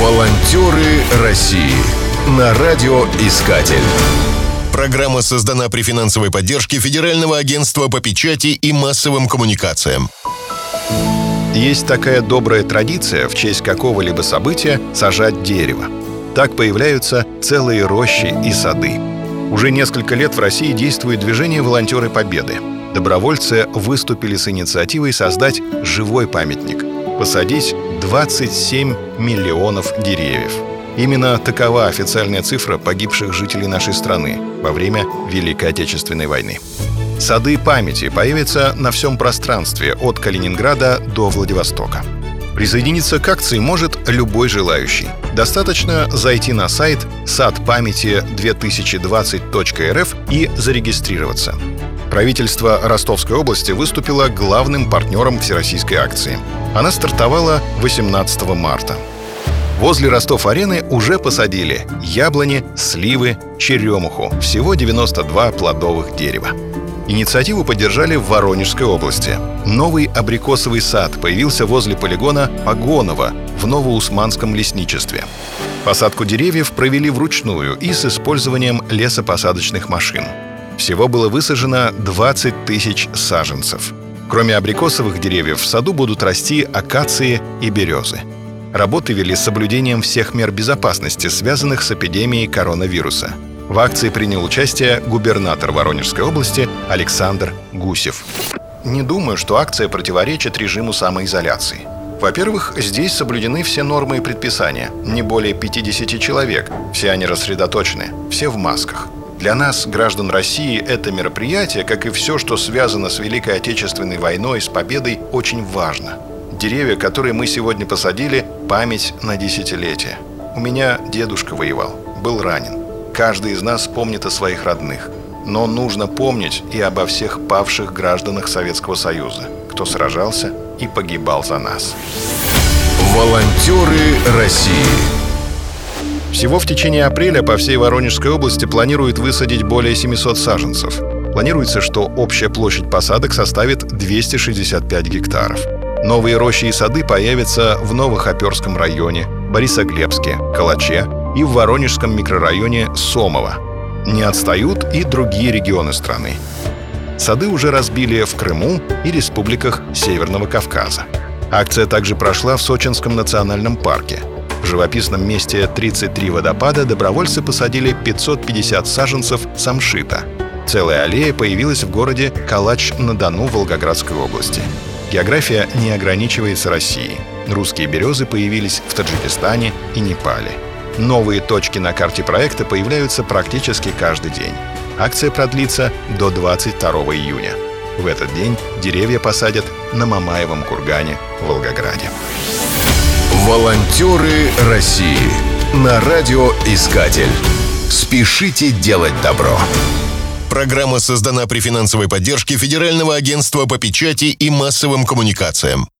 Волонтеры России на радиоискатель. Программа создана при финансовой поддержке Федерального агентства по печати и массовым коммуникациям. Есть такая добрая традиция в честь какого-либо события сажать дерево. Так появляются целые рощи и сады. Уже несколько лет в России действует движение «Волонтеры Победы». Добровольцы выступили с инициативой создать живой памятник — посадить 27 миллионов деревьев. Именно такова официальная цифра погибших жителей нашей страны во время Великой Отечественной войны. Сады памяти появятся на всем пространстве от Калининграда до Владивостока. Присоединиться к акции может любой желающий. Достаточно зайти на сайт sadpamяти2020.rf и зарегистрироваться. Правительство Ростовской области выступило главным партнером всероссийской акции. Она стартовала 18 марта. Возле Ростов-арены уже посадили яблони, сливы, черемуху. Всего 92 плодовых дерева. Инициативу поддержали в Воронежской области. Новый абрикосовый сад появился возле полигона Погонова в Новоусманском лесничестве. Посадку деревьев провели вручную и с использованием лесопосадочных машин. Всего было высажено 20 тысяч саженцев. Кроме абрикосовых деревьев в саду будут расти акации и березы. Работы вели с соблюдением всех мер безопасности, связанных с эпидемией коронавируса. В акции принял участие губернатор Воронежской области Александр Гусев. Не думаю, что акция противоречит режиму самоизоляции. Во-первых, здесь соблюдены все нормы и предписания. Не более 50 человек. Все они рассредоточены, все в масках. Для нас, граждан России, это мероприятие, как и все, что связано с Великой Отечественной войной, с победой, очень важно. Деревья, которые мы сегодня посадили, память на десятилетия. У меня дедушка воевал, был ранен. Каждый из нас помнит о своих родных. Но нужно помнить и обо всех павших гражданах Советского Союза, кто сражался и погибал за нас. Волонтеры России. Всего в течение апреля по всей Воронежской области планируют высадить более 700 саженцев. Планируется, что общая площадь посадок составит 265 гектаров. Новые рощи и сады появятся в Новохоперском районе, Борисоглебске, Калаче и в Воронежском микрорайоне Сомово. Не отстают и другие регионы страны. Сады уже разбили в Крыму и республиках Северного Кавказа. Акция также прошла в Сочинском национальном парке. В живописном месте 33 водопада добровольцы посадили 550 саженцев самшита. Целая аллея появилась в городе Калач-на-Дону Волгоградской области. География не ограничивается Россией. Русские березы появились в Таджикистане и Непале. Новые точки на карте проекта появляются практически каждый день. Акция продлится до 22 июня. В этот день деревья посадят на Мамаевом кургане в Волгограде. Волонтеры России на радиоискатель. Спешите делать добро. Программа создана при финансовой поддержке Федерального агентства по печати и массовым коммуникациям.